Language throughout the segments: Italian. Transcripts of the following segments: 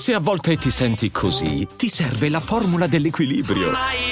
Se a volte ti senti così, ti serve la formula dell'equilibrio.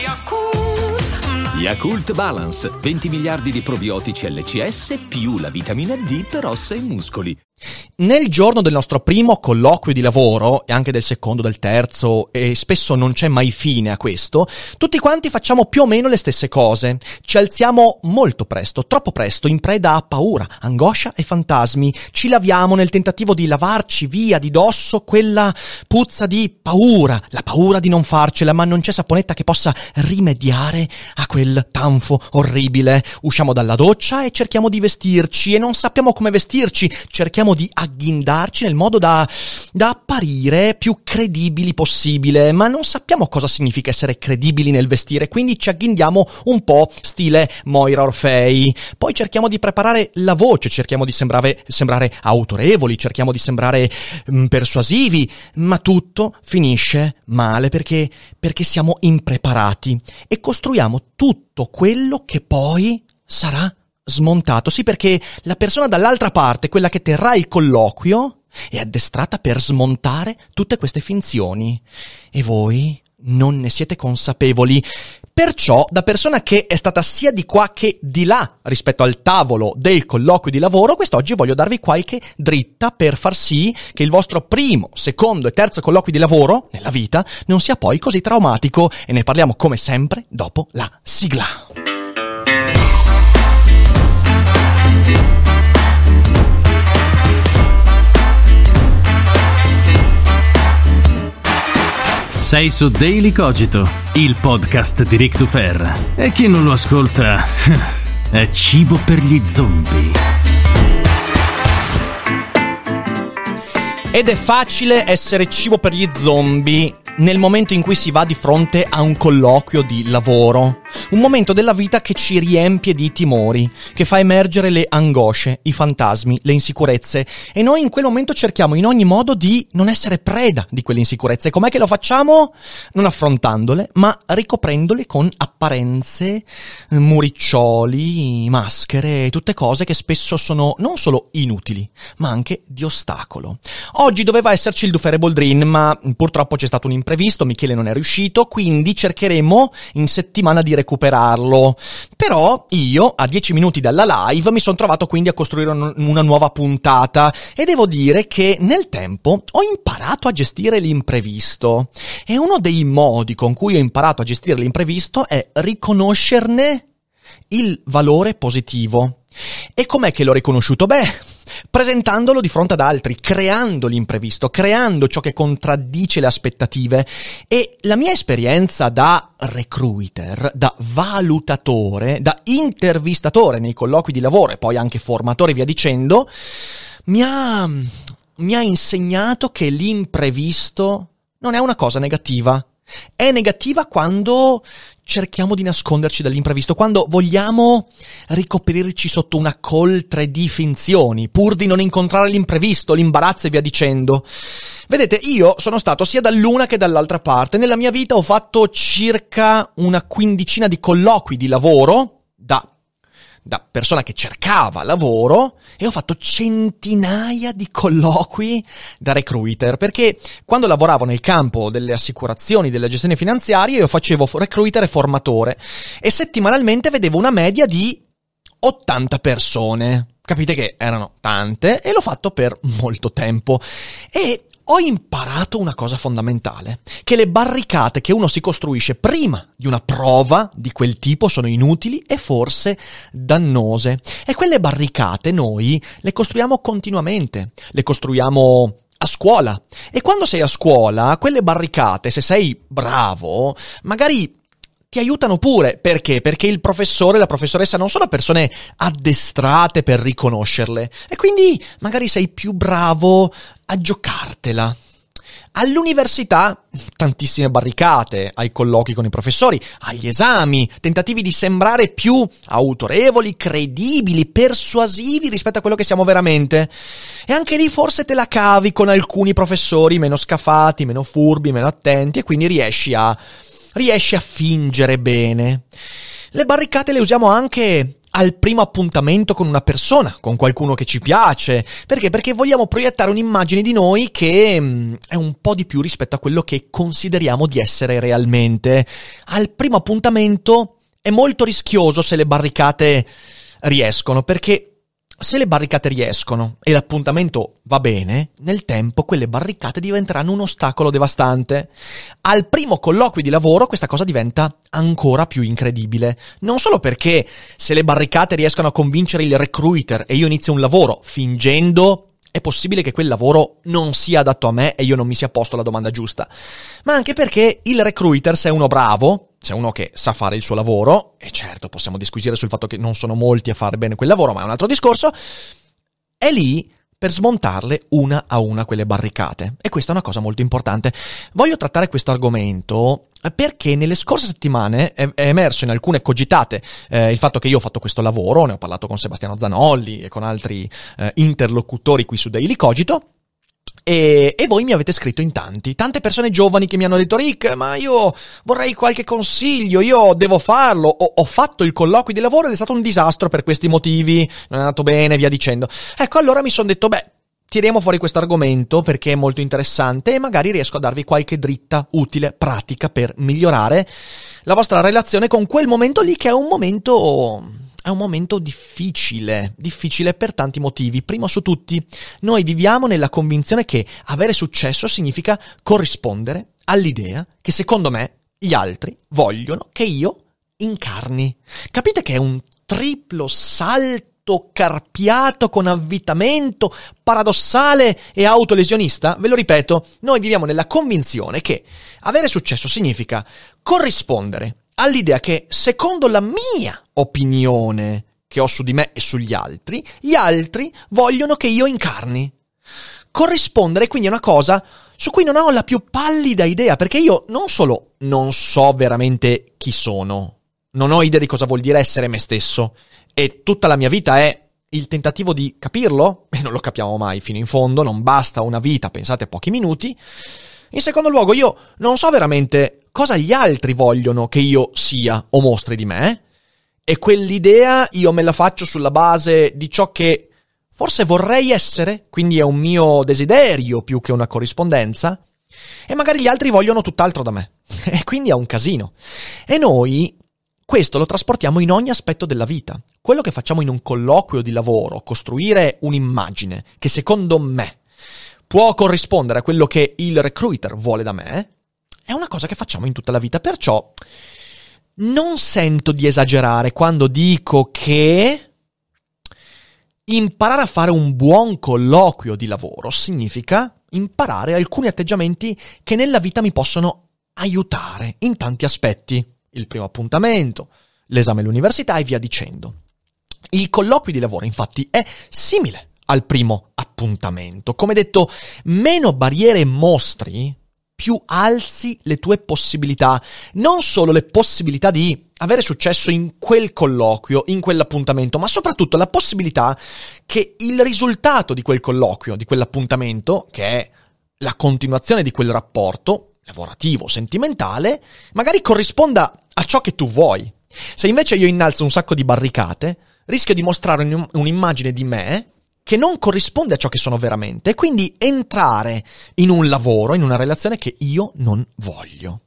Yakult Balance, 20 miliardi di probiotici LCS più la vitamina D per ossa e muscoli. Nel giorno del nostro primo colloquio di lavoro, e anche del secondo, del terzo, e spesso non c'è mai fine a questo, tutti quanti facciamo più o meno le stesse cose. Ci alziamo molto presto, troppo presto, in preda a paura, angoscia e fantasmi. Ci laviamo nel tentativo di lavarci via di dosso quella puzza di paura, la paura di non farcela, ma non c'è saponetta che possa rimediare a quel tanfo orribile. Usciamo dalla doccia e cerchiamo di vestirci, e non sappiamo come vestirci, cerchiamo di agghindarci nel modo da apparire più credibili possibile, ma non sappiamo cosa significa essere credibili nel vestire, quindi ci agghindiamo un po' stile Moira Orfei. Poi cerchiamo di preparare la voce, cerchiamo di sembrare autorevoli, cerchiamo di sembrare persuasivi, ma tutto finisce male perché siamo impreparati e costruiamo tutto quello che poi sarà smontato. Sì, perché la persona dall'altra parte, quella che terrà il colloquio, è addestrata per smontare tutte queste finzioni. E voi non ne siete consapevoli. Perciò, da persona che è stata sia di qua che di là rispetto al tavolo del colloquio di lavoro, quest'oggi voglio darvi qualche dritta per far sì che il vostro primo, secondo e terzo colloquio di lavoro nella vita non sia poi così traumatico. E ne parliamo come sempre dopo la sigla. Sei su Daily Cogito, il podcast di Rick Dufer. E chi non lo ascolta è cibo per gli zombie. Ed è facile essere cibo per gli zombie nel momento in cui si va di fronte a un colloquio di lavoro. Un momento della vita che ci riempie di timori, che fa emergere le angosce, i fantasmi, le insicurezze, e noi in quel momento cerchiamo in ogni modo di non essere preda di quelle insicurezze. Com'è che lo facciamo? Non affrontandole, ma ricoprendole con apparenze, muriccioli, maschere, tutte cose che spesso sono non solo inutili, ma anche di ostacolo. Oggi doveva esserci il Dufere Boldrin, ma purtroppo c'è stato un imprevisto, Michele non è riuscito, quindi cercheremo in settimana di recuperarlo. Però io, a 10 minuti dalla live, mi sono trovato quindi a costruire una nuova puntata, e devo dire che nel tempo ho imparato a gestire l'imprevisto. E uno dei modi con cui ho imparato a gestire l'imprevisto è riconoscerne il valore positivo. E com'è che l'ho riconosciuto? Presentandolo di fronte ad altri, creando l'imprevisto, creando ciò che contraddice le aspettative. E la mia esperienza da recruiter, da valutatore, da intervistatore nei colloqui di lavoro e poi anche formatore via dicendo, mi ha insegnato che l'imprevisto non è una cosa negativa. È negativa quando cerchiamo di nasconderci dall'imprevisto, quando vogliamo ricoprirci sotto una coltre di finzioni, pur di non incontrare l'imprevisto, l'imbarazzo e via dicendo. Vedete, io sono stato sia dall'una che dall'altra parte. Nella mia vita ho fatto circa una quindicina di colloqui di lavoro da persona che cercava lavoro, e ho fatto centinaia di colloqui da recruiter, perché quando lavoravo nel campo delle assicurazioni, della gestione finanziaria, io facevo recruiter e formatore, e settimanalmente vedevo una media di 80 persone. Capite che erano tante, e l'ho fatto per molto tempo. E ho imparato una cosa fondamentale, che le barricate che uno si costruisce prima di una prova di quel tipo sono inutili e forse dannose. E quelle barricate noi le costruiamo continuamente, le costruiamo a scuola. E quando sei a scuola, quelle barricate, se sei bravo, magari ti aiutano pure. Perché? Perché il professore e la professoressa non sono persone addestrate per riconoscerle, e quindi magari sei più bravo a giocartela. All'università, tantissime barricate, ai colloqui con i professori, agli esami, tentativi di sembrare più autorevoli, credibili, persuasivi rispetto a quello che siamo veramente. E anche lì forse te la cavi con alcuni professori meno scafati, meno furbi, meno attenti, e quindi riesci a fingere bene. Le barricate le usiamo anche al primo appuntamento con una persona, con qualcuno che ci piace. Perché? Perché vogliamo proiettare un'immagine di noi che è un po' di più rispetto a quello che consideriamo di essere realmente. Al primo appuntamento è molto rischioso se le barricate riescono, perché se le barricate riescono e l'appuntamento va bene, nel tempo quelle barricate diventeranno un ostacolo devastante. Al primo colloquio di lavoro questa cosa diventa ancora più incredibile. Non solo perché se le barricate riescono a convincere il recruiter e io inizio un lavoro fingendo, è possibile che quel lavoro non sia adatto a me e io non mi sia posto la domanda giusta, ma anche perché il recruiter, se è uno bravo, se è uno che sa fare il suo lavoro, e certo possiamo disquisire sul fatto che non sono molti a fare bene quel lavoro, ma è un altro discorso, è lì per smontarle una a una quelle barricate. E questa è una cosa molto importante. Voglio trattare questo argomento perché nelle scorse settimane è emerso in alcune cogitate il fatto che io ho fatto questo lavoro, ne ho parlato con Sebastiano Zanolli e con altri interlocutori qui su Daily Cogito. E voi mi avete scritto in tante persone giovani che mi hanno detto: Rick, ma io vorrei qualche consiglio, io devo farlo, ho fatto il colloquio di lavoro ed è stato un disastro per questi motivi, non è andato bene, via dicendo. Ecco, allora mi sono detto, tiriamo fuori questo argomento perché è molto interessante e magari riesco a darvi qualche dritta utile, pratica per migliorare la vostra relazione con quel momento lì, che è un momento difficile per tanti motivi. Primo su tutti, noi viviamo nella convinzione che avere successo significa corrispondere all'idea che secondo me gli altri vogliono che io incarni. Capite che è un triplo salto carpiato con avvitamento, paradossale e autolesionista? Ve lo ripeto, noi viviamo nella convinzione che avere successo significa corrispondere all'idea che, secondo la mia opinione che ho su di me e sugli altri, gli altri vogliono che io incarni. Corrispondere quindi è una cosa su cui non ho la più pallida idea, perché io non solo non so veramente chi sono, non ho idea di cosa vuol dire essere me stesso, e tutta la mia vita è il tentativo di capirlo, e non lo capiamo mai fino in fondo, non basta una vita, pensate pochi minuti. In secondo luogo, io non so veramente cosa gli altri vogliono che io sia o mostri di me, e quell'idea io me la faccio sulla base di ciò che forse vorrei essere, quindi è un mio desiderio più che una corrispondenza, e magari gli altri vogliono tutt'altro da me, e quindi è un casino. E noi questo lo trasportiamo in ogni aspetto della vita. Quello che facciamo in un colloquio di lavoro, costruire un'immagine che secondo me può corrispondere a quello che il recruiter vuole da me, è una cosa che facciamo in tutta la vita. Perciò non sento di esagerare quando dico che imparare a fare un buon colloquio di lavoro significa imparare alcuni atteggiamenti che nella vita mi possono aiutare in tanti aspetti. Il primo appuntamento, l'esame all'università e via dicendo. Il colloquio di lavoro, infatti, è simile al primo appuntamento. Come detto, meno barriere mostri, più alzi le tue possibilità. Non solo le possibilità di avere successo in quel colloquio, in quell'appuntamento, ma soprattutto la possibilità che il risultato di quel colloquio, di quell'appuntamento, che è la continuazione di quel rapporto lavorativo, sentimentale, magari corrisponda a ciò che tu vuoi. Se invece io innalzo un sacco di barricate, rischio di mostrare un'immagine di me che non corrisponde a ciò che sono veramente, e quindi entrare in un lavoro, in una relazione che io non voglio.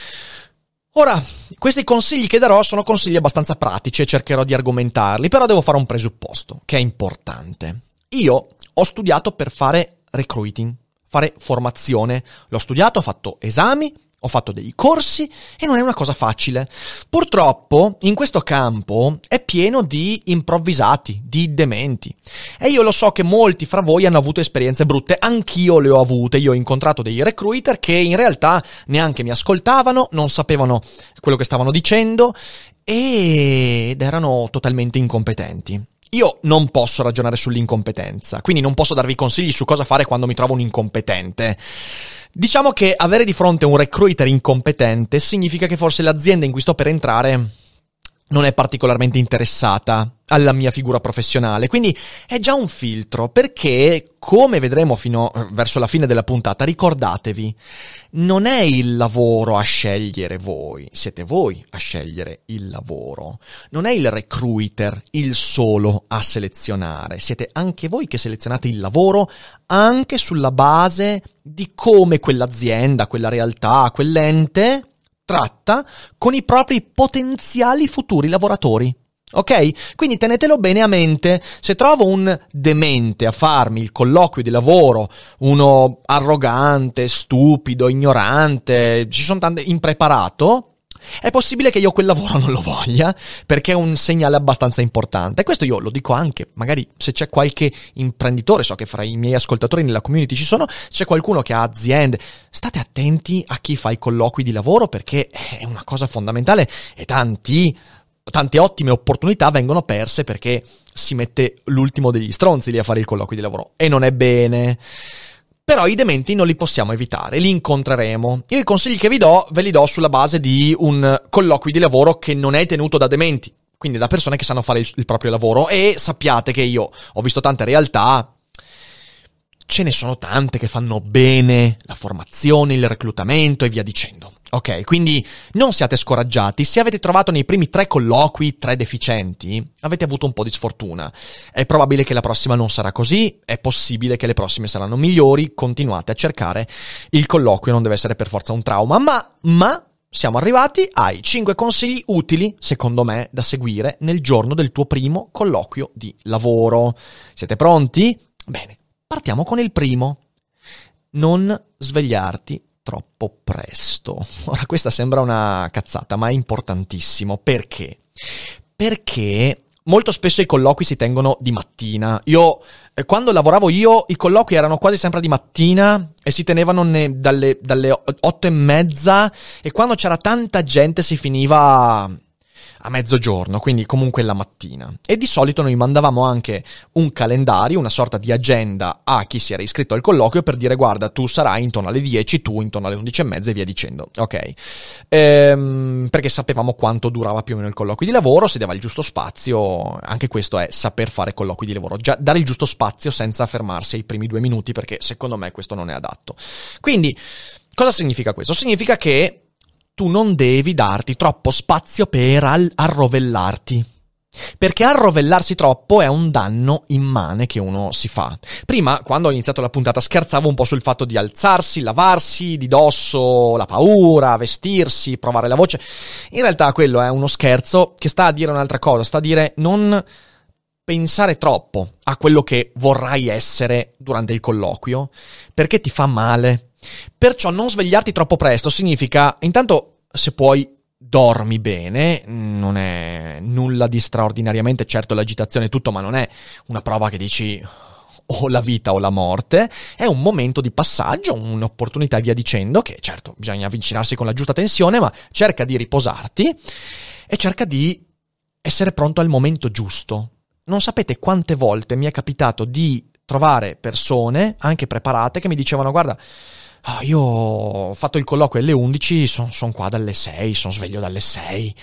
Ora, questi consigli che darò sono consigli abbastanza pratici e cercherò di argomentarli, però devo fare un presupposto che è importante. Io ho studiato per fare recruiting, fare formazione, l'ho studiato, ho fatto esami, ho fatto dei corsi e non è una cosa facile. Purtroppo in questo campo è pieno di improvvisati, di dementi. E io lo so che molti fra voi hanno avuto esperienze brutte, anch'io le ho avute. Io ho incontrato dei recruiter che in realtà neanche mi ascoltavano, non sapevano quello che stavano dicendo ed erano totalmente incompetenti. Io non posso ragionare sull'incompetenza, quindi non posso darvi consigli su cosa fare quando mi trovo un incompetente. Diciamo che avere di fronte un recruiter incompetente significa che forse l'azienda in cui sto per entrare non è particolarmente interessata alla mia figura professionale, quindi è già un filtro, perché, come vedremo verso la fine della puntata, ricordatevi, non è il lavoro a scegliere voi, siete voi a scegliere il lavoro, non è il recruiter il solo a selezionare, siete anche voi che selezionate il lavoro anche sulla base di come quell'azienda, quella realtà, quell'ente tratta con i propri potenziali futuri lavoratori. Ok? Quindi tenetelo bene a mente. Se trovo un demente a farmi il colloquio di lavoro, uno arrogante, stupido, ignorante, ci sono tante, impreparato, è possibile che io quel lavoro non lo voglia, perché è un segnale abbastanza importante. E questo io lo dico anche, magari se c'è qualche imprenditore, so che fra i miei ascoltatori nella community ci sono, se c'è qualcuno che ha aziende, state attenti a chi fa i colloqui di lavoro, perché è una cosa fondamentale e tante ottime opportunità vengono perse perché si mette l'ultimo degli stronzi lì a fare il colloquio di lavoro, e non è bene. Però i dementi non li possiamo evitare, li incontreremo. Io i consigli che vi do, ve li do sulla base di un colloquio di lavoro che non è tenuto da dementi, quindi da persone che sanno fare il proprio lavoro. E sappiate che io ho visto tante realtà, ce ne sono tante che fanno bene la formazione, il reclutamento e via dicendo. Ok, quindi non siate scoraggiati. Se avete trovato nei primi 3 colloqui 3 deficienti, avete avuto un po' di sfortuna. È probabile che la prossima non sarà così, è possibile che le prossime saranno migliori. Continuate a cercare, il colloquio non deve essere per forza un trauma, ma siamo arrivati ai 5 consigli utili, secondo me, da seguire nel giorno del tuo primo colloquio di lavoro. Siete pronti? Bene, partiamo con il primo. Non svegliarti troppo presto. Ora, questa sembra una cazzata, ma è importantissimo. Perché? Perché molto spesso i colloqui si tengono di mattina. Quando lavoravo i colloqui erano quasi sempre di mattina e si tenevano dalle 8:30, e quando c'era tanta gente si finiva a mezzogiorno, quindi comunque la mattina. E di solito noi mandavamo anche un calendario, una sorta di agenda a chi si era iscritto al colloquio per dire: guarda, tu sarai intorno alle 10, tu intorno alle 11:30 e via dicendo. Ok? Perché sapevamo quanto durava più o meno il colloquio di lavoro, si dava il giusto spazio. Anche questo è saper fare colloqui di lavoro, già dare il giusto spazio senza fermarsi ai primi 2 minuti, perché secondo me questo non è adatto. Quindi, cosa significa questo? Significa che tu non devi darti troppo spazio per arrovellarti, perché arrovellarsi troppo è un danno immane che uno si fa. Prima, quando ho iniziato la puntata, scherzavo un po' sul fatto di alzarsi, lavarsi di dosso la paura, vestirsi, provare la voce. In realtà quello è uno scherzo che sta a dire un'altra cosa, sta a dire non pensare troppo a quello che vorrai essere durante il colloquio, perché ti fa male. Perciò non svegliarti troppo presto significa, intanto, se puoi, dormi bene, non è nulla di straordinariamente, certo l'agitazione e tutto, ma non è una prova che dici o la vita o la morte, è un momento di passaggio, un'opportunità e via dicendo, che certo bisogna avvicinarsi con la giusta tensione, ma cerca di riposarti e cerca di essere pronto al momento giusto. Non sapete quante volte mi è capitato di trovare persone, anche preparate, che mi dicevano: guarda, io ho fatto il colloquio alle 11, sono qua dalle 6, sono sveglio dalle 6.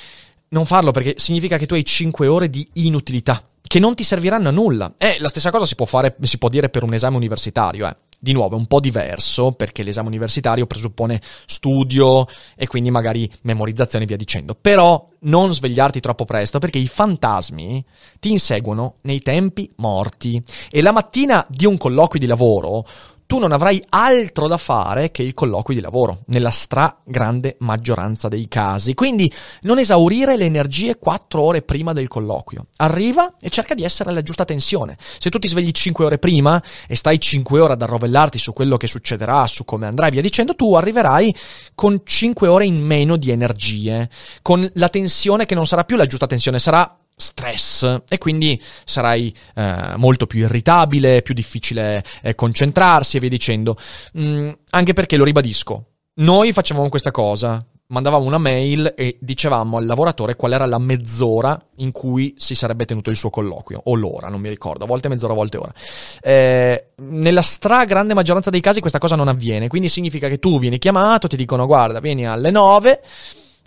Non farlo, perché significa che tu hai 5 ore di inutilità, che non ti serviranno a nulla. La stessa cosa si può dire per un esame universitario, Di nuovo, è un po' diverso, perché l'esame universitario presuppone studio e quindi magari memorizzazione e via dicendo. Però non svegliarti troppo presto, perché i fantasmi ti inseguono nei tempi morti. E la mattina di un colloquio di lavoro tu non avrai altro da fare che il colloquio di lavoro, nella stragrande maggioranza dei casi. Quindi non esaurire le energie 4 ore prima del colloquio. Arriva e cerca di essere alla giusta tensione. Se tu ti svegli 5 ore prima e stai 5 ore ad arrovellarti su quello che succederà, su come andrai, via dicendo, tu arriverai con 5 ore in meno di energie, con la tensione che non sarà più la giusta tensione, sarà stress, e quindi sarai molto più irritabile, più difficile concentrarsi e via dicendo. Anche perché, lo ribadisco, noi facevamo questa cosa: mandavamo una mail e dicevamo al lavoratore qual era la mezz'ora in cui si sarebbe tenuto il suo colloquio, o l'ora, non mi ricordo, a volte mezz'ora, a volte ora. Nella stragrande maggioranza dei casi questa cosa non avviene, quindi significa che tu vieni chiamato, ti dicono: guarda, vieni alle 9,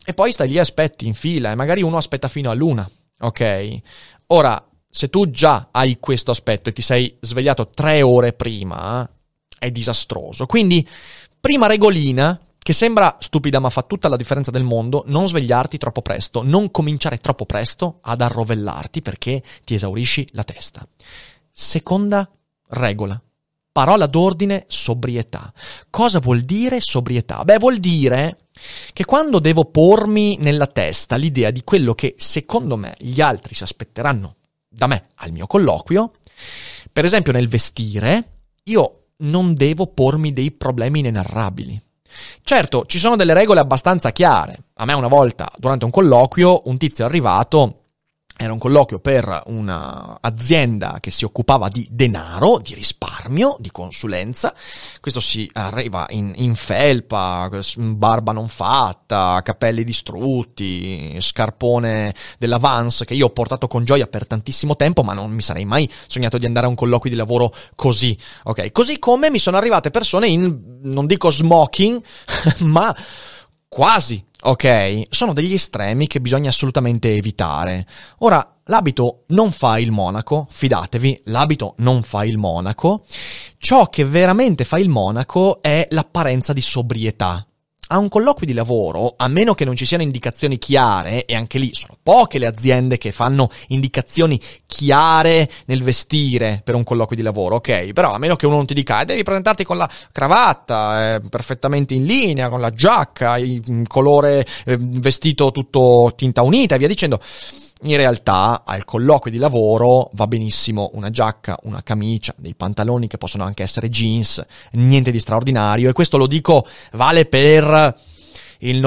e poi stai lì e aspetti in fila, e magari uno aspetta fino all'1, ok? Ora, se tu già hai questo aspetto e ti sei svegliato 3 ore prima, è disastroso. Quindi, prima regolina, che sembra stupida ma fa tutta la differenza del mondo: non svegliarti troppo presto, non cominciare troppo presto ad arrovellarti perché ti esaurisci la testa. Seconda regola. Parola d'ordine: sobrietà. Cosa vuol dire sobrietà? Beh, vuol dire che quando devo pormi nella testa l'idea di quello che secondo me gli altri si aspetteranno da me al mio colloquio, per esempio nel vestire, io non devo pormi dei problemi inenarrabili. Certo, ci sono delle regole abbastanza chiare. A me una volta, durante un colloquio, un tizio è arrivato. Era un colloquio per un'azienda che si occupava di denaro, di risparmio, di consulenza. Questo si arriva in felpa, barba non fatta, capelli distrutti, scarpone della Vans che io ho portato con gioia per tantissimo tempo, ma non mi sarei mai sognato di andare a un colloquio di lavoro così. Ok, così come mi sono arrivate persone in, non dico smoking, ma quasi. Ok, sono degli estremi che bisogna assolutamente evitare. Ora, l'abito non fa il monaco, fidatevi, l'abito non fa il monaco. Ciò che veramente fa il monaco è l'apparenza di sobrietà. A un colloquio di lavoro, a meno che non ci siano indicazioni chiare, e anche lì sono poche le aziende che fanno indicazioni chiare nel vestire per un colloquio di lavoro, ok? Però a meno che uno non ti dica devi presentarti con la cravatta, perfettamente in linea, con la giacca, il colore vestito tutto tinta unita e via dicendo. In realtà al colloquio di lavoro va benissimo una giacca, una camicia, dei pantaloni che possono anche essere jeans, niente di straordinario, e questo lo dico vale per il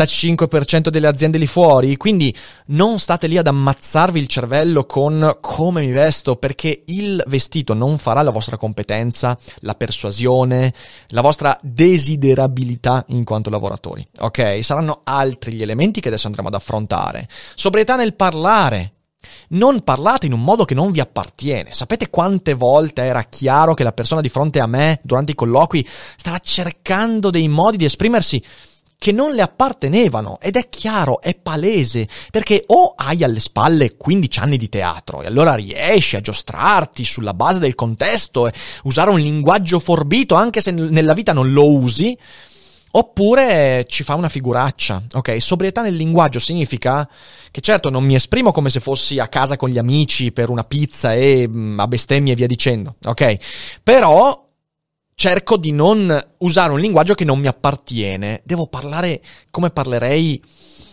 95% delle aziende lì fuori, quindi non state lì ad ammazzarvi il cervello con come mi vesto, perché il vestito non farà la vostra competenza, la persuasione, la vostra desiderabilità in quanto lavoratori, ok? Saranno altri gli elementi che adesso andremo ad affrontare. Sobrietà nel parlare. Non parlate in un modo che non vi appartiene. Sapete quante volte era chiaro che la persona di fronte a me durante i colloqui stava cercando dei modi di esprimersi che non le appartenevano, ed è chiaro, è palese, perché o hai alle spalle 15 anni di teatro e allora riesci a giostrarti sulla base del contesto e usare un linguaggio forbito anche se nella vita non lo usi, oppure ci fa una figuraccia, ok? Sobrietà nel linguaggio significa che certo non mi esprimo come se fossi a casa con gli amici per una pizza e a bestemmie e via dicendo, ok? Però cerco di non usare un linguaggio che non mi appartiene. Devo parlare come parlerei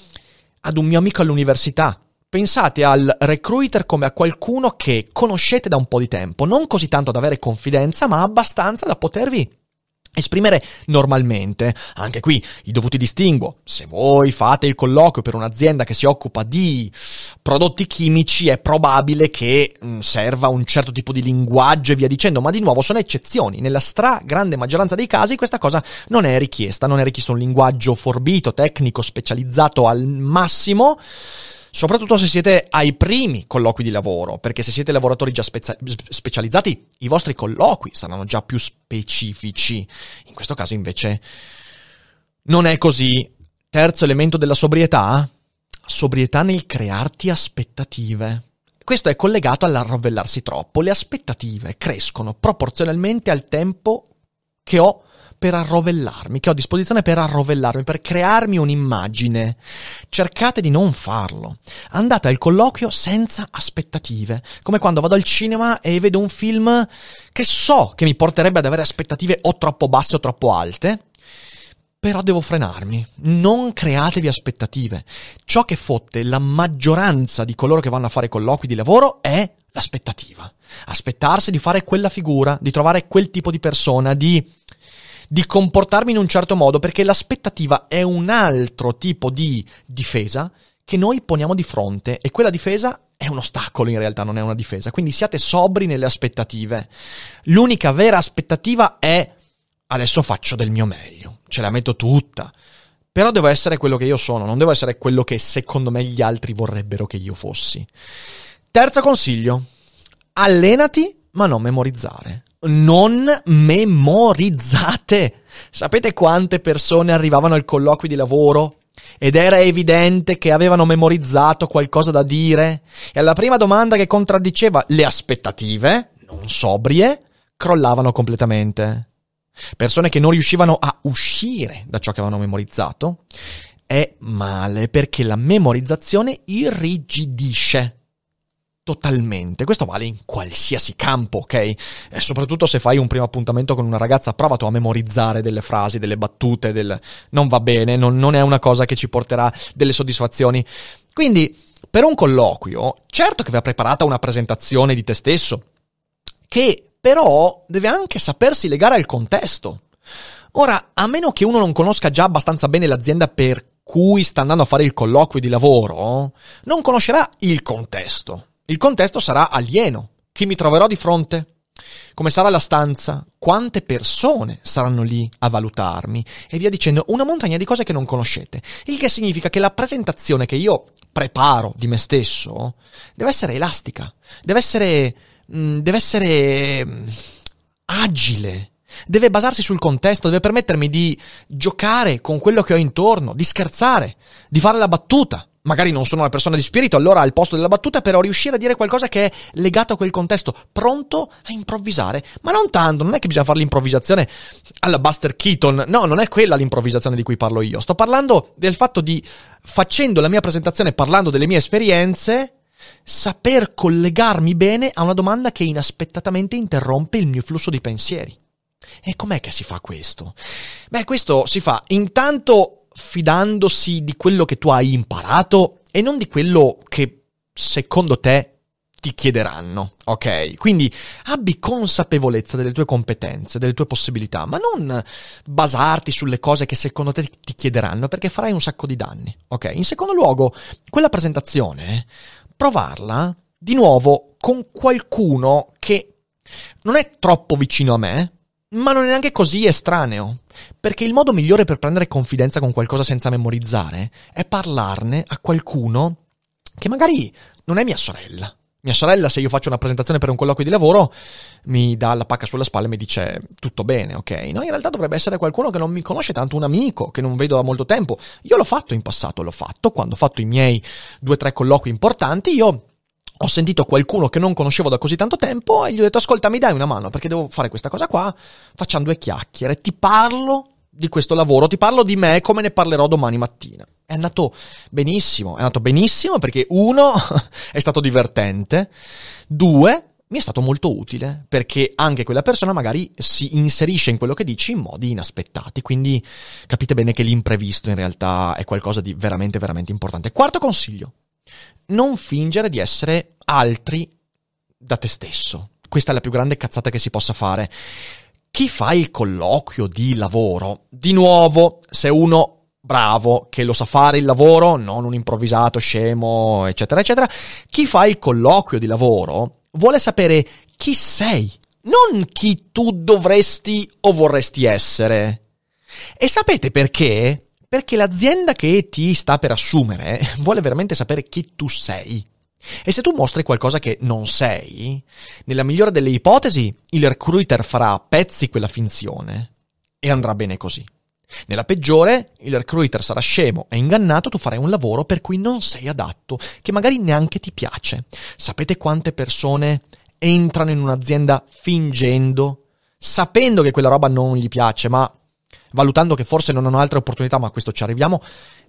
ad un mio amico all'università. Pensate al recruiter come a qualcuno che conoscete da un po' di tempo, non così tanto da avere confidenza, ma abbastanza da potervi esprimere normalmente. Anche qui i dovuti distinguo. Se voi fate il colloquio per un'azienda che si occupa di prodotti chimici, è probabile che serva un certo tipo di linguaggio e via dicendo, ma di nuovo sono eccezioni. Nella stragrande maggioranza dei casi questa cosa non è richiesta, non è richiesto un linguaggio forbito, tecnico, specializzato al massimo. Soprattutto se siete ai primi colloqui di lavoro, perché se siete lavoratori già specializzati, i vostri colloqui saranno già più specifici. In questo caso invece non è così. Terzo elemento della sobrietà nel crearti aspettative. Questo è collegato all'arrovellarsi troppo. Le aspettative crescono proporzionalmente al tempo che ho per arrovellarmi, che ho a disposizione per arrovellarmi, per crearmi un'immagine. Cercate di non farlo. Andate al colloquio senza aspettative, come quando vado al cinema e vedo un film che so che mi porterebbe ad avere aspettative o troppo basse o troppo alte, però devo frenarmi. Non createvi aspettative. Ciò che fotte la maggioranza di coloro che vanno a fare colloqui di lavoro è l'aspettativa. Aspettarsi di fare quella figura, di trovare quel tipo di persona, di comportarmi in un certo modo, perché l'aspettativa è un altro tipo di difesa che noi poniamo di fronte, e quella difesa è un ostacolo, in realtà non è una difesa. Quindi siate sobri nelle aspettative. L'unica vera aspettativa è: adesso faccio del mio meglio, ce la metto tutta, però devo essere quello che io sono, non devo essere quello che secondo me gli altri vorrebbero che io fossi. Terzo consiglio: allenati ma non memorizzare. Non memorizzate. Sapete quante persone arrivavano al colloquio di lavoro ed era evidente che avevano memorizzato qualcosa da dire, e alla prima domanda che contraddiceva le aspettative, non sobrie, crollavano completamente. Persone che non riuscivano a uscire da ciò che avevano memorizzato. È male, perché la memorizzazione irrigidisce totalmente. Questo vale in qualsiasi campo, ok? E soprattutto se fai un primo appuntamento con una ragazza, prova tu a memorizzare delle frasi, delle battute, non va bene, non è una cosa che ci porterà delle soddisfazioni. Quindi, per un colloquio, certo che va preparata una presentazione di te stesso, che però deve anche sapersi legare al contesto. Ora, a meno che uno non conosca già abbastanza bene l'azienda per cui sta andando a fare il colloquio di lavoro, non conoscerà il contesto. Il contesto sarà alieno. Chi mi troverò di fronte? Come sarà la stanza? Quante persone saranno lì a valutarmi? E via dicendo, una montagna di cose che non conoscete. Il che significa che la presentazione che io preparo di me stesso deve essere elastica, deve essere agile, deve basarsi sul contesto, deve permettermi di giocare con quello che ho intorno, di scherzare, di fare la battuta. Magari non sono una persona di spirito, allora al posto della battuta, però riuscire a dire qualcosa che è legato a quel contesto, pronto a improvvisare. Ma non tanto, non è che bisogna fare l'improvvisazione alla Buster Keaton, no, non è quella l'improvvisazione di cui parlo io. Sto parlando del fatto di, facendo la mia presentazione, parlando delle mie esperienze, saper collegarmi bene a una domanda che inaspettatamente interrompe il mio flusso di pensieri. E com'è che si fa questo? Beh, questo si fa intanto fidandosi di quello che tu hai imparato e non di quello che secondo te ti chiederanno, ok? Quindi abbi consapevolezza delle tue competenze, delle tue possibilità, ma non basarti sulle cose che secondo te ti chiederanno, perché farai un sacco di danni, ok? In secondo luogo, quella presentazione, provarla di nuovo con qualcuno che non è troppo vicino a me, ma non è neanche così estraneo, perché il modo migliore per prendere confidenza con qualcosa senza memorizzare è parlarne a qualcuno che magari non è mia sorella. Mia sorella, se io faccio una presentazione per un colloquio di lavoro, mi dà la pacca sulla spalla e mi dice tutto bene, ok? No, in realtà dovrebbe essere qualcuno che non mi conosce tanto, un amico che non vedo da molto tempo. Io l'ho fatto in passato, quando ho fatto i miei 2 o 3 colloqui importanti, io ho sentito qualcuno che non conoscevo da così tanto tempo e gli ho detto: ascolta, mi dai una mano perché devo fare questa cosa qua, facciamo 2 chiacchiere, ti parlo di questo lavoro, ti parlo di me come ne parlerò domani mattina. È andato benissimo perché 1 è stato divertente, 2 mi è stato molto utile perché anche quella persona magari si inserisce in quello che dici in modi inaspettati, quindi capite bene che l'imprevisto in realtà è qualcosa di veramente veramente importante. 4º consiglio: non fingere di essere altri da te stesso. Questa è la più grande cazzata che si possa fare. Chi fa il colloquio di lavoro, di nuovo, se uno bravo, che lo sa fare il lavoro, non un improvvisato, scemo, eccetera, eccetera, chi fa il colloquio di lavoro vuole sapere chi sei, non chi tu dovresti o vorresti essere. E sapete perché? Perché l'azienda che ti sta per assumere vuole veramente sapere chi tu sei. E se tu mostri qualcosa che non sei, nella migliore delle ipotesi il recruiter farà a pezzi quella finzione e andrà bene così. Nella peggiore, il recruiter sarà scemo e ingannato, tu farai un lavoro per cui non sei adatto, che magari neanche ti piace. Sapete quante persone entrano in un'azienda fingendo, sapendo che quella roba non gli piace, ma valutando che forse non hanno altre opportunità, ma a questo ci arriviamo,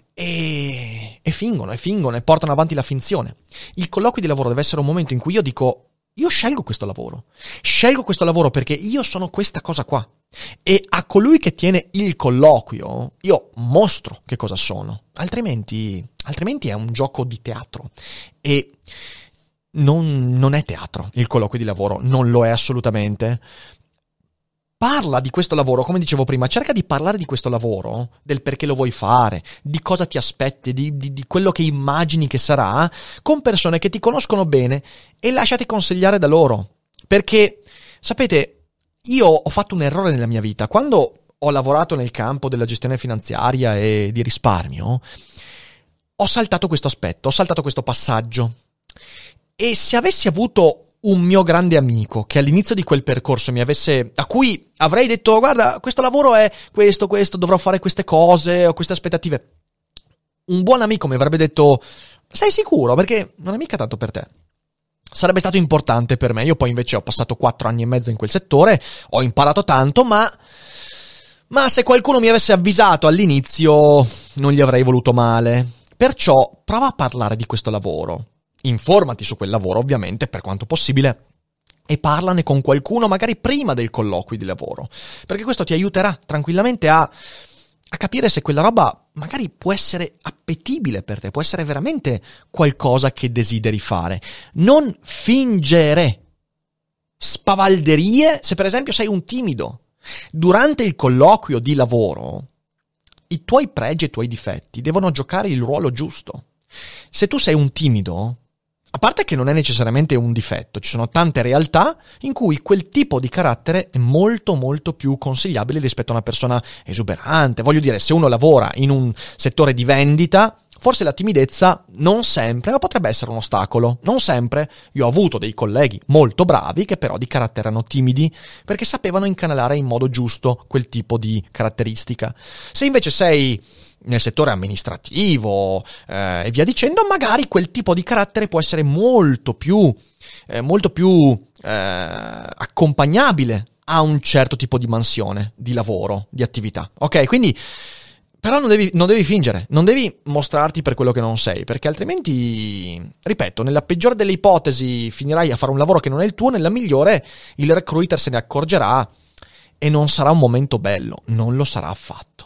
e fingono e portano avanti la finzione. Il colloquio di lavoro deve essere un momento in cui io dico: io scelgo questo lavoro perché io sono questa cosa qua, e a colui che tiene il colloquio io mostro che cosa sono, altrimenti è un gioco di teatro e non è teatro. Il colloquio di lavoro non lo è assolutamente. Parla di questo lavoro, come dicevo prima, cerca di parlare di questo lavoro, del perché lo vuoi fare, di cosa ti aspetti, di quello che immagini che sarà, con persone che ti conoscono bene, e lasciati consigliare da loro. Perché, sapete, io ho fatto un errore nella mia vita. Quando ho lavorato nel campo della gestione finanziaria e di risparmio, ho saltato questo aspetto, ho saltato questo passaggio. E se avessi avuto un mio grande amico che all'inizio di quel percorso a cui avrei detto: guarda, questo lavoro è questo, dovrò fare queste cose, ho queste aspettative, un buon amico mi avrebbe detto: sei sicuro? Perché non è mica tanto per te. Sarebbe stato importante per me. Io poi invece ho passato 4 anni e mezzo in quel settore, ho imparato tanto, ma se qualcuno mi avesse avvisato all'inizio non gli avrei voluto male. Perciò prova a parlare di questo lavoro, informati su quel lavoro ovviamente per quanto possibile e parlane con qualcuno magari prima del colloquio di lavoro, perché questo ti aiuterà tranquillamente a capire se quella roba magari può essere appetibile per te, può essere veramente qualcosa che desideri fare. Non fingere spavalderie se per esempio sei un timido. Durante il colloquio di lavoro i tuoi pregi e i tuoi difetti devono giocare il ruolo giusto. Se tu sei un timido, a parte che non è necessariamente un difetto, ci sono tante realtà in cui quel tipo di carattere è molto molto più consigliabile rispetto a una persona esuberante. Voglio dire, se uno lavora in un settore di vendita, forse la timidezza non sempre, ma potrebbe essere un ostacolo. Non sempre. Io ho avuto dei colleghi molto bravi che però di carattere erano timidi perché sapevano incanalare in modo giusto quel tipo di caratteristica. Se invece sei nel settore amministrativo e via dicendo, magari quel tipo di carattere può essere molto più accompagnabile a un certo tipo di mansione, di lavoro, di attività. Ok, quindi però non devi fingere, non devi mostrarti per quello che non sei, perché altrimenti, ripeto, nella peggiore delle ipotesi finirai a fare un lavoro che non è il tuo, nella migliore il recruiter se ne accorgerà e non sarà un momento bello, non lo sarà affatto.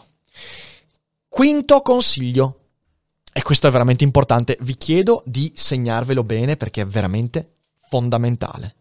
Quinto consiglio, e questo è veramente importante, vi chiedo di segnarvelo bene perché è veramente fondamentale.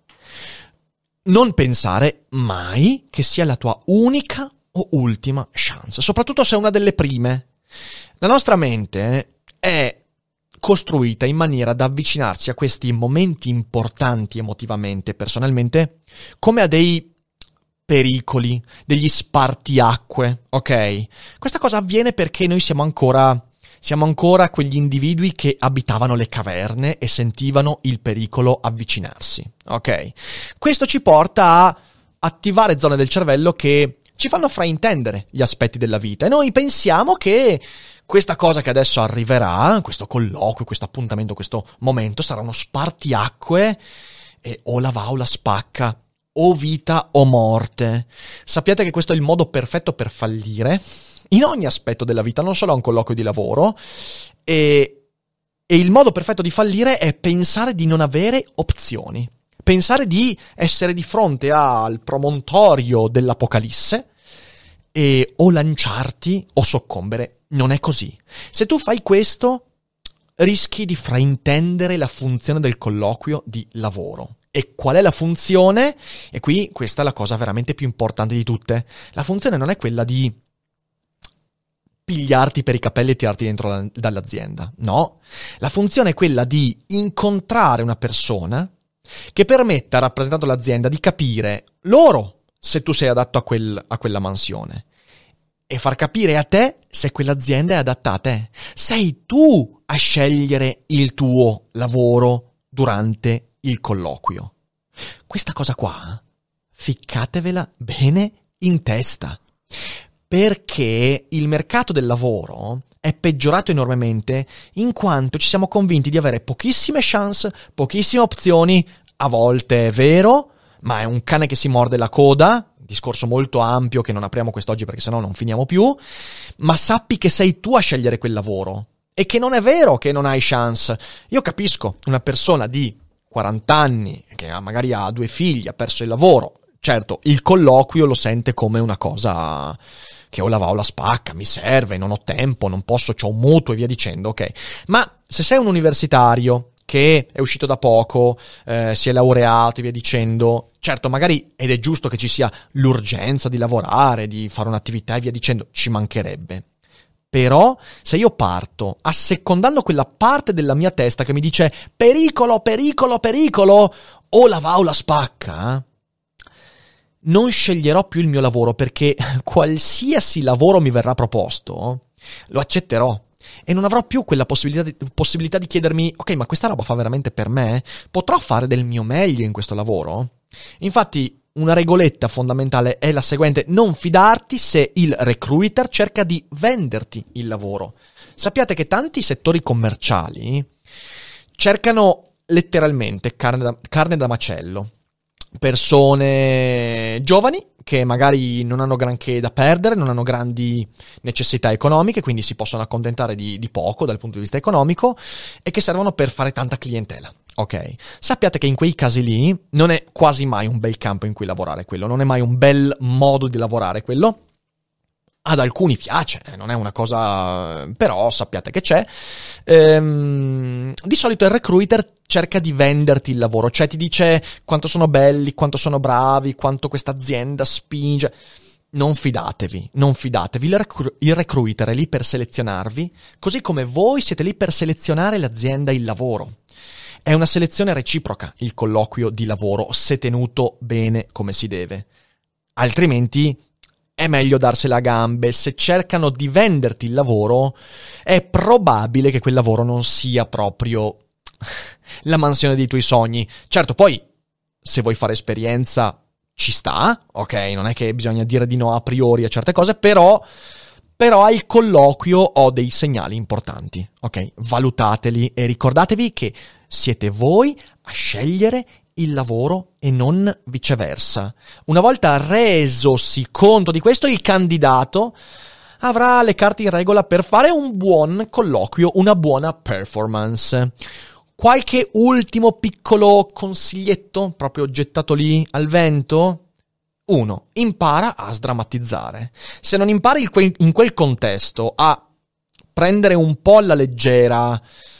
Non pensare mai che sia la tua unica o ultima chance, soprattutto se è una delle prime. La nostra mente è costruita in maniera da avvicinarsi a questi momenti importanti emotivamente, personalmente, come a dei pericoli, degli spartiacque, ok? Questa cosa avviene perché noi siamo ancora quegli individui che abitavano le caverne e sentivano il pericolo avvicinarsi, ok? Questo ci porta a attivare zone del cervello che ci fanno fraintendere gli aspetti della vita e noi pensiamo che questa cosa che adesso arriverà, questo colloquio, questo appuntamento, questo momento sarà uno spartiacque e o la va o la spacca, o vita o morte. Sappiate che questo è il modo perfetto per fallire in ogni aspetto della vita, non solo a un colloquio di lavoro, e il modo perfetto di fallire è pensare di non avere opzioni, pensare di essere di fronte al promontorio dell'apocalisse e o lanciarti o soccombere. Non è così. Se tu fai questo, rischi di fraintendere la funzione del colloquio di lavoro. E qual è la funzione? E qui questa è la cosa veramente più importante di tutte. La funzione non è quella di pigliarti per i capelli e tirarti dentro dall'azienda. No. La funzione è quella di incontrare una persona che permetta, rappresentando l'azienda, di capire loro se tu sei adatto a quella mansione e far capire a te se quell'azienda è adatta a te. Sei tu a scegliere il tuo lavoro durante il colloquio. Questa cosa qua, ficcatevela bene in testa, perché il mercato del lavoro è peggiorato enormemente in quanto ci siamo convinti di avere pochissime chance, pochissime opzioni. A volte è vero, ma è un cane che si morde la coda, discorso molto ampio che non apriamo quest'oggi perché sennò non finiamo più, ma sappi che sei tu a scegliere quel lavoro e che non è vero che non hai chance. Io capisco una persona di 40 anni, che magari ha 2 figli, ha perso il lavoro. Certo, il colloquio lo sente come una cosa che o la va o la spacca, mi serve, non ho tempo, non posso, c'ho un mutuo e via dicendo, ok. Ma se sei un universitario che è uscito da poco, si è laureato e via dicendo, certo, magari, ed è giusto che ci sia l'urgenza di lavorare, di fare un'attività e via dicendo, ci mancherebbe. Però se io parto assecondando quella parte della mia testa che mi dice pericolo, pericolo, pericolo, o la va o la spacca, non sceglierò più il mio lavoro, perché qualsiasi lavoro mi verrà proposto lo accetterò e non avrò più quella possibilità di chiedermi ok, ma questa roba fa veramente per me? Potrò fare del mio meglio in questo lavoro? Infatti una regoletta fondamentale è la seguente: non fidarti se il recruiter cerca di venderti il lavoro. Sappiate che tanti settori commerciali cercano letteralmente carne da macello. Persone giovani che magari non hanno granché da perdere, non hanno grandi necessità economiche, quindi si possono accontentare di poco dal punto di vista economico e che servono per fare tanta clientela. Ok, sappiate che in quei casi lì non è quasi mai un bel campo in cui lavorare quello, non è mai un bel modo di lavorare quello. Ad alcuni piace, non è una cosa, però sappiate che c'è. Di solito il recruiter cerca di venderti il lavoro, cioè ti dice quanto sono belli, quanto sono bravi, quanto questa azienda spinge. Non fidatevi. Il recruiter è lì per selezionarvi, così come voi siete lì per selezionare l'azienda e il lavoro. È una selezione reciproca il colloquio di lavoro, se tenuto bene come si deve. Altrimenti è meglio darsela a gambe. Se cercano di venderti il lavoro, è probabile che quel lavoro non sia proprio la mansione dei tuoi sogni. Certo, poi, se vuoi fare esperienza, ci sta, ok? Non è che bisogna dire di no a priori a certe cose, però al colloquio ho dei segnali importanti, ok? Valutateli e ricordatevi che siete voi a scegliere il lavoro e non viceversa. Una volta resosi conto di questo, il candidato avrà le carte in regola per fare un buon colloquio, una buona performance. Qualche ultimo piccolo consiglietto, proprio gettato lì al vento? 1. Impara a sdrammatizzare. Se non impari in quel contesto a prendere un po' alla leggera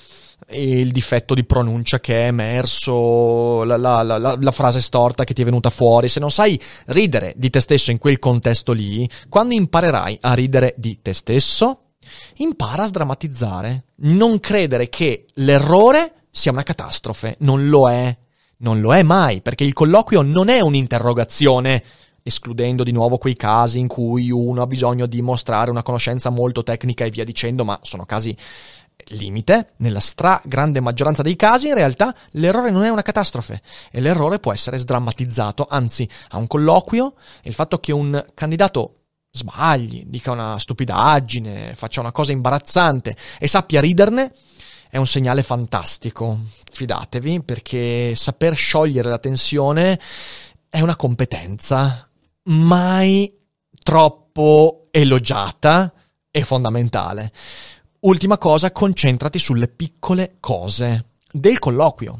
il difetto di pronuncia che è emerso, la frase storta che ti è venuta fuori, se non sai ridere di te stesso in quel contesto lì, quando imparerai a ridere di te stesso, impara a sdrammatizzare. Non credere che l'errore sia una catastrofe, non lo è mai, perché il colloquio non è un'interrogazione, escludendo di nuovo quei casi in cui uno ha bisogno di mostrare una conoscenza molto tecnica e via dicendo, ma sono casi limite. Nella grande maggioranza dei casi in realtà l'errore non è una catastrofe e l'errore può essere sdrammatizzato. Anzi, a un colloquio il fatto che un candidato sbagli, dica una stupidaggine, faccia una cosa imbarazzante e sappia riderne è un segnale fantastico. Fidatevi, perché saper sciogliere la tensione è una competenza mai troppo elogiata e fondamentale. Ultima cosa, concentrati sulle piccole cose del colloquio.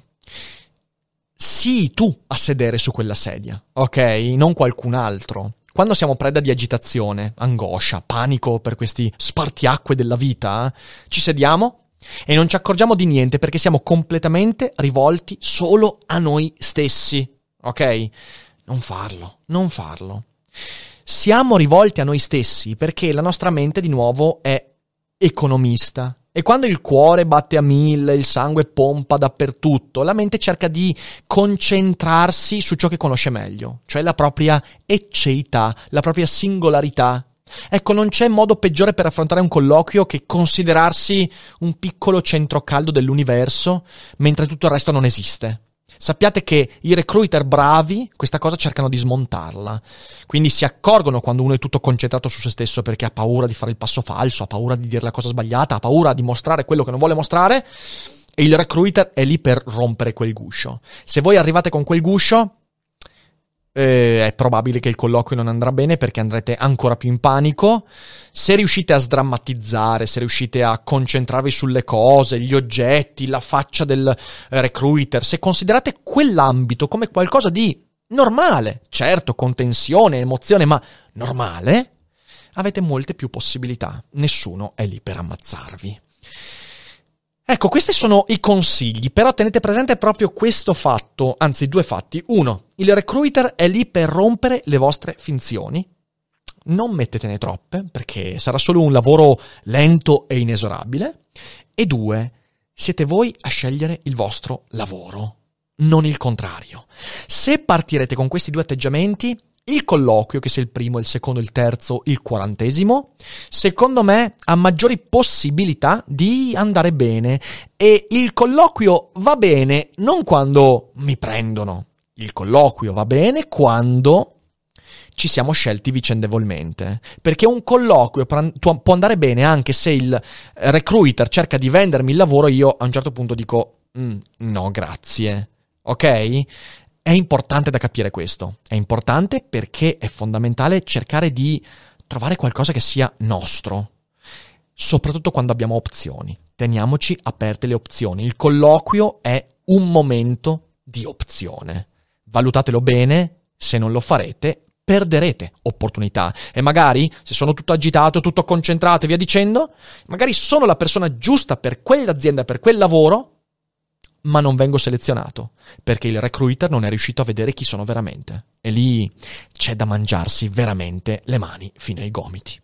Sii tu a sedere su quella sedia, ok? Non qualcun altro. Quando siamo preda di agitazione, angoscia, panico per questi spartiacque della vita, ci sediamo e non ci accorgiamo di niente perché siamo completamente rivolti solo a noi stessi, ok? Non farlo. Siamo rivolti a noi stessi perché la nostra mente, di nuovo, è economista. E quando il cuore batte a 1000, il sangue pompa dappertutto, la mente cerca di concentrarsi su ciò che conosce meglio, cioè la propria ecceità, la propria singolarità. Ecco, non c'è modo peggiore per affrontare un colloquio che considerarsi un piccolo centro caldo dell'universo, mentre tutto il resto non esiste. Sappiate che i recruiter bravi questa cosa cercano di smontarla, quindi si accorgono quando uno è tutto concentrato su se stesso perché ha paura di fare il passo falso, ha paura di dire la cosa sbagliata, ha paura di mostrare quello che non vuole mostrare, e il recruiter è lì per rompere quel guscio. Se voi arrivate con quel guscio, è probabile che il colloquio non andrà bene perché andrete ancora più in panico. Se riuscite a sdrammatizzare, se riuscite a concentrarvi sulle cose, gli oggetti, la faccia del recruiter, se considerate quell'ambito come qualcosa di normale, certo con tensione, emozione, ma normale, avete molte più possibilità. Nessuno è lì per ammazzarvi. Ecco, questi sono i consigli, però tenete presente proprio questo fatto, anzi 2 fatti. 1, il recruiter è lì per rompere le vostre finzioni. Non mettetene troppe, perché sarà solo un lavoro lento e inesorabile. E 2, siete voi a scegliere il vostro lavoro, non il contrario. Se partirete con questi 2 atteggiamenti, il colloquio, che sia il primo, il secondo, il terzo, il 40°, secondo me ha maggiori possibilità di andare bene. E il colloquio va bene non quando mi prendono Il colloquio va bene quando ci siamo scelti vicendevolmente, perché un colloquio può andare bene anche se il recruiter cerca di vendermi il lavoro e io a un certo punto dico no grazie, ok? È importante da capire questo, è importante perché è fondamentale cercare di trovare qualcosa che sia nostro, soprattutto quando abbiamo opzioni. Teniamoci aperte le opzioni, il colloquio è un momento di opzione, valutatelo bene, se non lo farete perderete opportunità e magari se sono tutto agitato, tutto concentrato e via dicendo, magari sono la persona giusta per quell'azienda, per quel lavoro, ma non vengo selezionato perché il recruiter non è riuscito a vedere chi sono veramente e lì c'è da mangiarsi veramente le mani fino ai gomiti.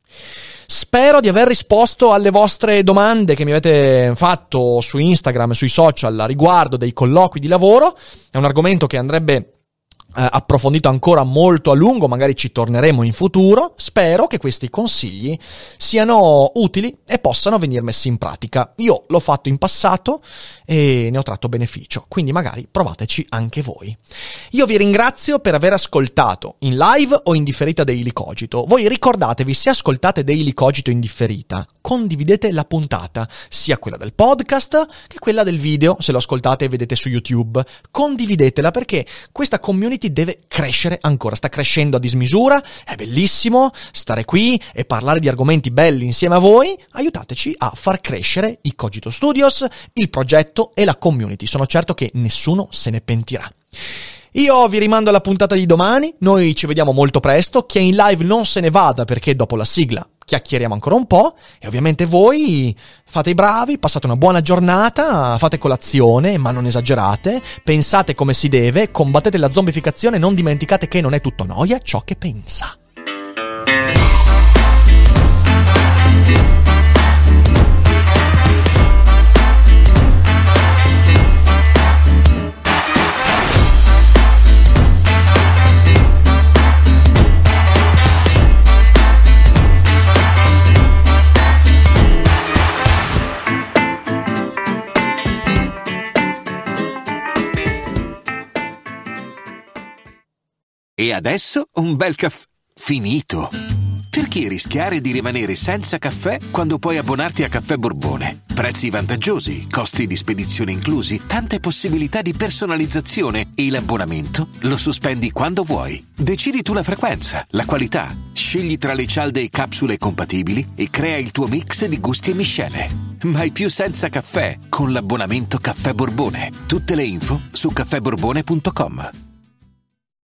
Spero di aver risposto alle vostre domande che mi avete fatto su Instagram e sui social a riguardo dei colloqui di lavoro. È un argomento che andrebbe approfondito ancora molto a lungo, magari ci torneremo in futuro. Spero che questi consigli siano utili e possano venire messi in pratica. Io l'ho fatto in passato e ne ho tratto beneficio, quindi magari provateci anche voi. Io vi ringrazio per aver ascoltato in live o in differita Daily Cogito. Voi ricordatevi, se ascoltate Daily Cogito in differita, condividete la puntata, sia quella del podcast che quella del video, se lo ascoltate e vedete su YouTube. Condividetela perché questa community deve crescere ancora, sta crescendo a dismisura, è bellissimo stare qui e parlare di argomenti belli insieme a voi. Aiutateci a far crescere i Cogito Studios, il progetto e la community. Sono certo che nessuno se ne pentirà. Io vi rimando alla puntata di domani, noi ci vediamo molto presto, chi è in live non se ne vada perché dopo la sigla chiacchieriamo ancora un po' e ovviamente voi fate i bravi, passate una buona giornata, fate colazione ma non esagerate, pensate come si deve, combattete la zombificazione, non dimenticate che non è tutto noia ciò che pensa. E adesso un bel caffè finito. Perché rischiare di rimanere senza caffè quando puoi abbonarti a Caffè Borbone? Prezzi vantaggiosi, costi di spedizione inclusi, tante possibilità di personalizzazione e l'abbonamento lo sospendi quando vuoi. Decidi tu la frequenza, la qualità, scegli tra le cialde e capsule compatibili e crea il tuo mix di gusti e miscele. Mai più senza caffè con l'abbonamento Caffè Borbone. Tutte le info su caffèborbone.com.